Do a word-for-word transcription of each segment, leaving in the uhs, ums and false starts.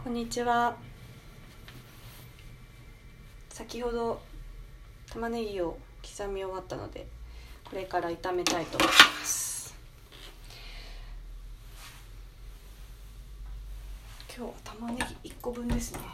こんにちは。先ほど玉ねぎを刻み終わったので、これから炒めたいと思います。今日は玉ねぎいっこぶんですね。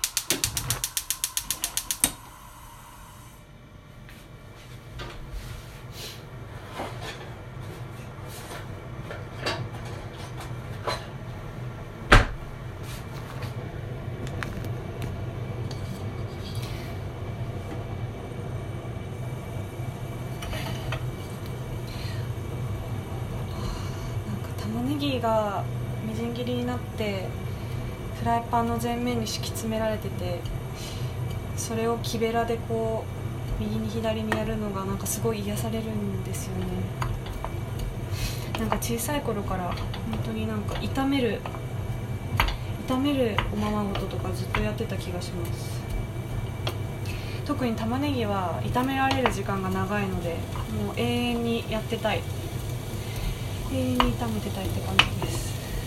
玉ねぎがみじん切りになってフライパンの前面に敷き詰められてて、それを木べらでこう右に左にやるのがなんかすごい癒されるんですよね。なんか小さい頃から本当になんか炒める炒めるおままごととかずっとやってた気がします。特に玉ねぎは炒められる時間が長いので、もう永遠にやってたい永遠に炒めてたいって感じです。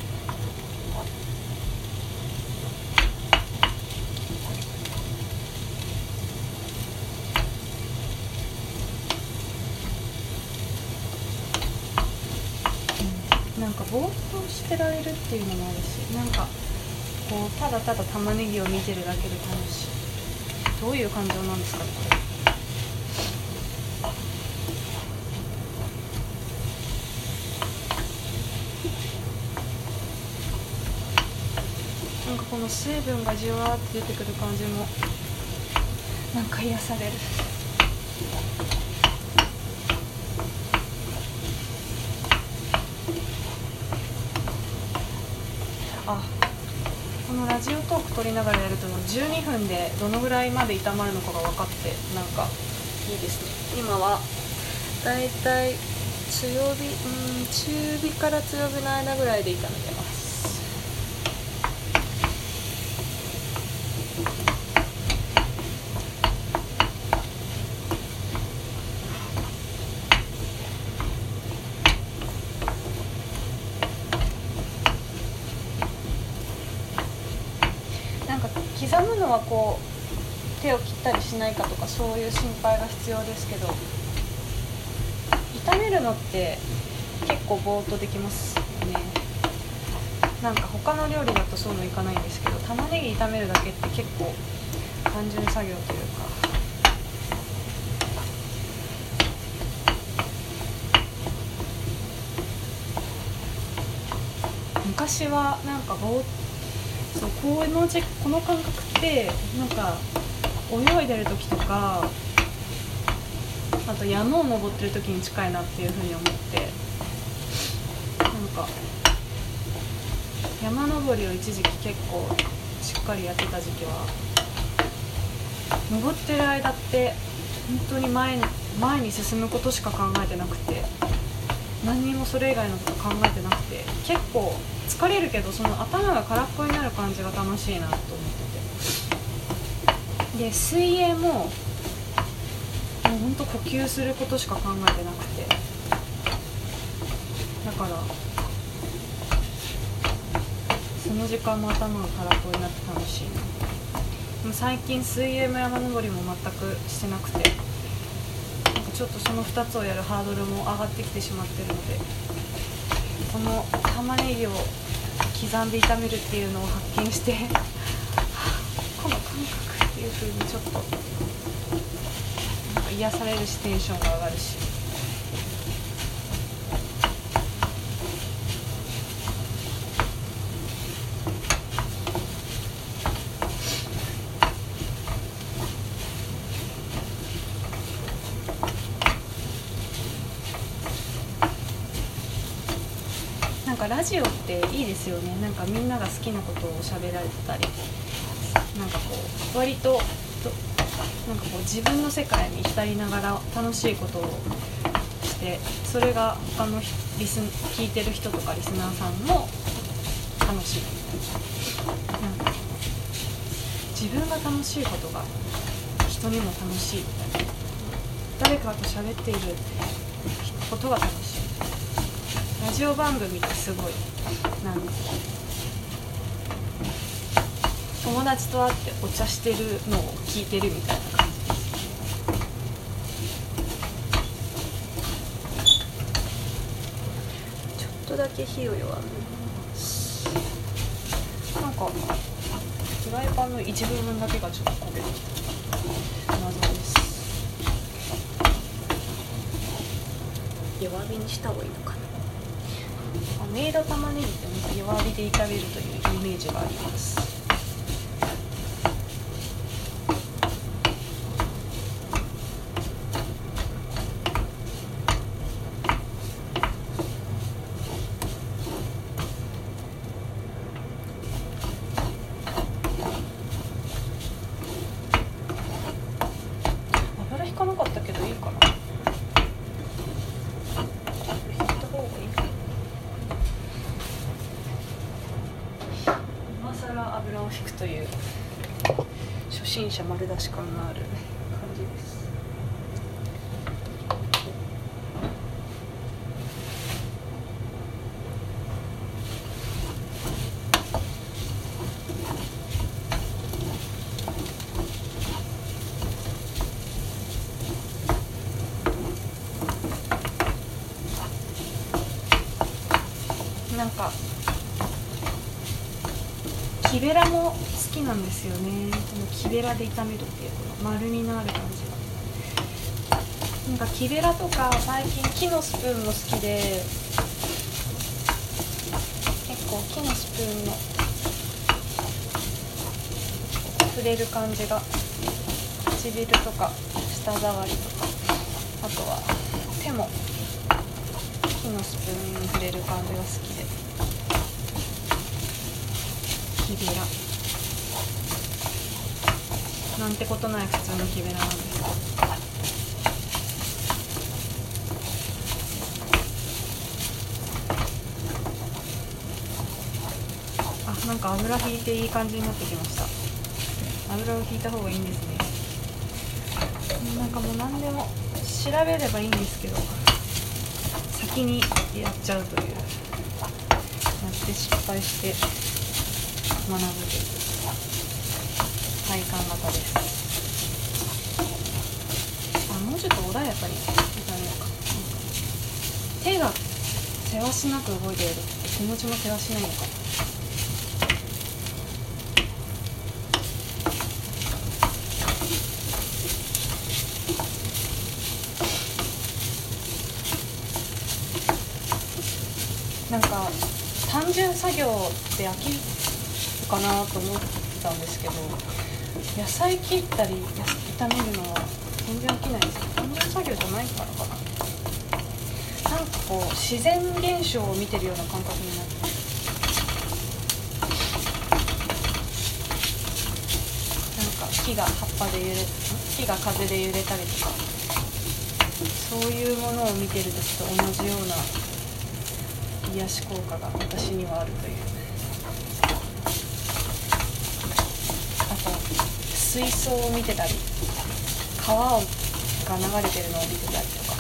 うん、なんかぼーっとしてられるっていうのもあるし、なんかこうただただ玉ねぎを見てるだけで楽しい。どういう感情なんですかね、これ。なんかこの水分がじわーって出てくる感じもなんか癒される。あ、このラジオトーク撮りながらやるとじゅうにふんでどのぐらいまで炒まるのかが分かって、なんかいいですね。今はだいたい強火、うん、中火から強火の間ぐらいで炒めてます。なんか刻むのはこう手を切ったりしないかとか、そういう心配が必要ですけど、炒めるのって結構ぼーっとできますよね。なんか他の料理だとそういうのいかないんですけど、玉ねぎ炒めるだけって結構単純作業というか、昔はなんかぼーっとそうこのじこの感覚ってなんか泳いでる時とか、あと山を登ってる時に近いなっていうふうに思って、なんか山登りを一時期結構しっかりやってた時期は、登ってる間って本当に前に前に進むことしか考えてなくて、何にもそれ以外のこと考えてなくて、結構疲れるけどその頭が空っぽになる感じが楽しいなと思ってて、で水泳ももうほんと呼吸することしか考えてなくて、だからその時間も頭が空っぽになって楽しいな。でも最近水泳も山登りも全くしてなくて、なんかちょっとそのふたつをやるハードルも上がってきてしまってるので、この玉ねぎを刻んで炒めるっていうのを発見してこの感覚っていう風にちょっとなんか癒されるし、テンションが上がるし、なんかラジオっていいですよね。なんかみんなが好きなことを喋られてたり、なんかこう割となんかこう自分の世界に浸りながら楽しいことをして、それが他のリス聞いてる人とかリスナーさんも楽しい。なんか自分が楽しいことが人にも楽しいみたいな、誰かと喋っていることが楽しい。ラジオ番組ってすごいなんか友達と会ってお茶してるのを聞いてるみたいな感じです。ちょっとだけ火を弱めます。なんかフライパンの一部分だけがちょっと焦げてきた謎です。弱火にした方がいいのかな。メイド玉ねぎってなんか弱火で炒めるというイメージがあります。油引かなかったけどいいかな。油を引くという初心者丸出し感のある感じです。なんか木べらも好きなんですよね。この木べらで炒めるっていうこの丸みのある感じが。なんか木べらとか最近木のスプーンも好きで、結構木のスプーンの触れる感じが、唇とか舌触りとか、あとは手も木のスプーンに触れる感じが好きで。木べらなんてことない普通の木べらなんですけど、あ、なんか油引いていい感じになってきました。油を引いた方がいいんですね。なんかもう何でも調べればいいんですけど、先にやっちゃうという、やって失敗して学ぶという体感型です。あ、もうちょっと穏やかに炒めようか。手がせわしなく動いているって気持ちもせわしないのか。なんか単純作業って飽きるかなと思ってたんですけど、野菜切ったり炒めるのは全然飽きないです。単純作業じゃないからかな。なんかこう自然現象を見てるような感覚になって、なんか木が葉っぱで揺れ、木が風で揺れたりとか、そういうものを見てる時と同じような癒し効果が私にはあるという。あと水槽を見てたり、川が流れてるのを見てたりとか、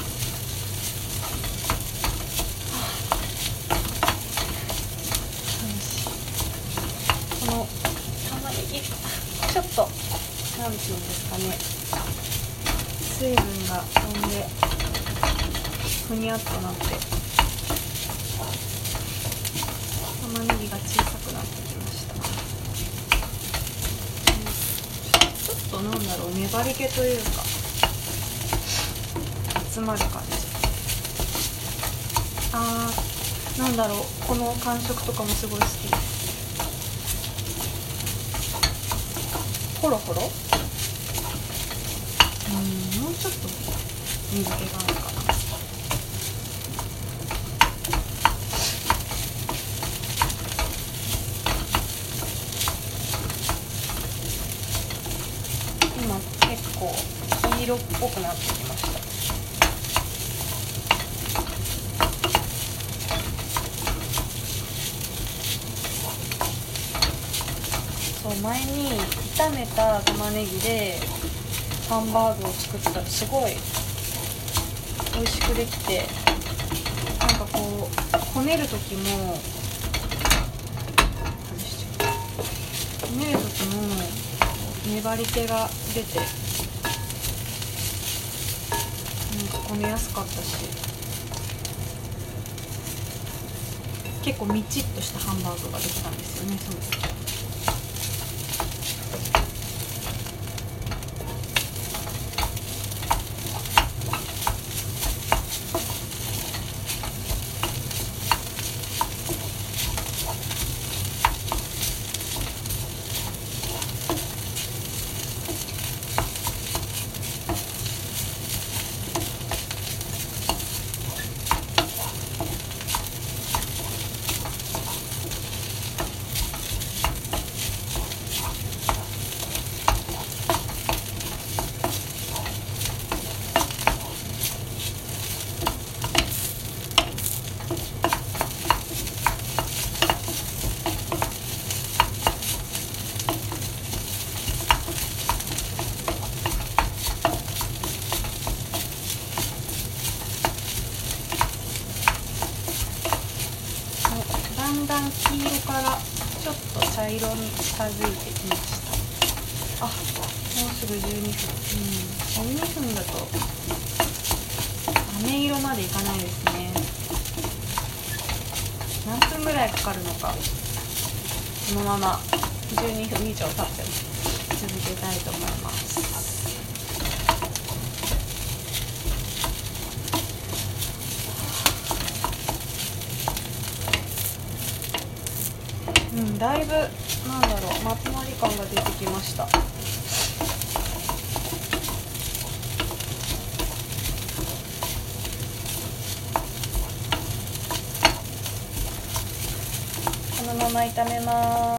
この玉ねぎちょっとなんていうんですかね、水分が飛んでふにゃっとなって、玉ねぎが小さくなってきました。ちょっとなんだろう、粘り気というか集まる感じ。あー、なんだろう、この感触とかもすごい好きです。ホロホロ、うん、もうちょっと水気があるかな。今結構黄色っぽくなってきました。そう、前に炒めた玉ねぎでハンバーグを作ったらすごい美味しくできて、なんかこうこねる時も締める時の粘り気が出てなんかこねやすかったし、結構みちっとしたハンバーグができたんですよね、その時。だんだん黄色からちょっと茶色に近づいてきました。あ、もうすぐじゅうにふん。うん、じゅうにふんだと飴色までいかないですね。何分ぐらいかかるのか、このままじゅうにふん以上経っても続けたいと思います。うん、だいぶなんだろう、まとまり感が出てきました。このまま炒めます。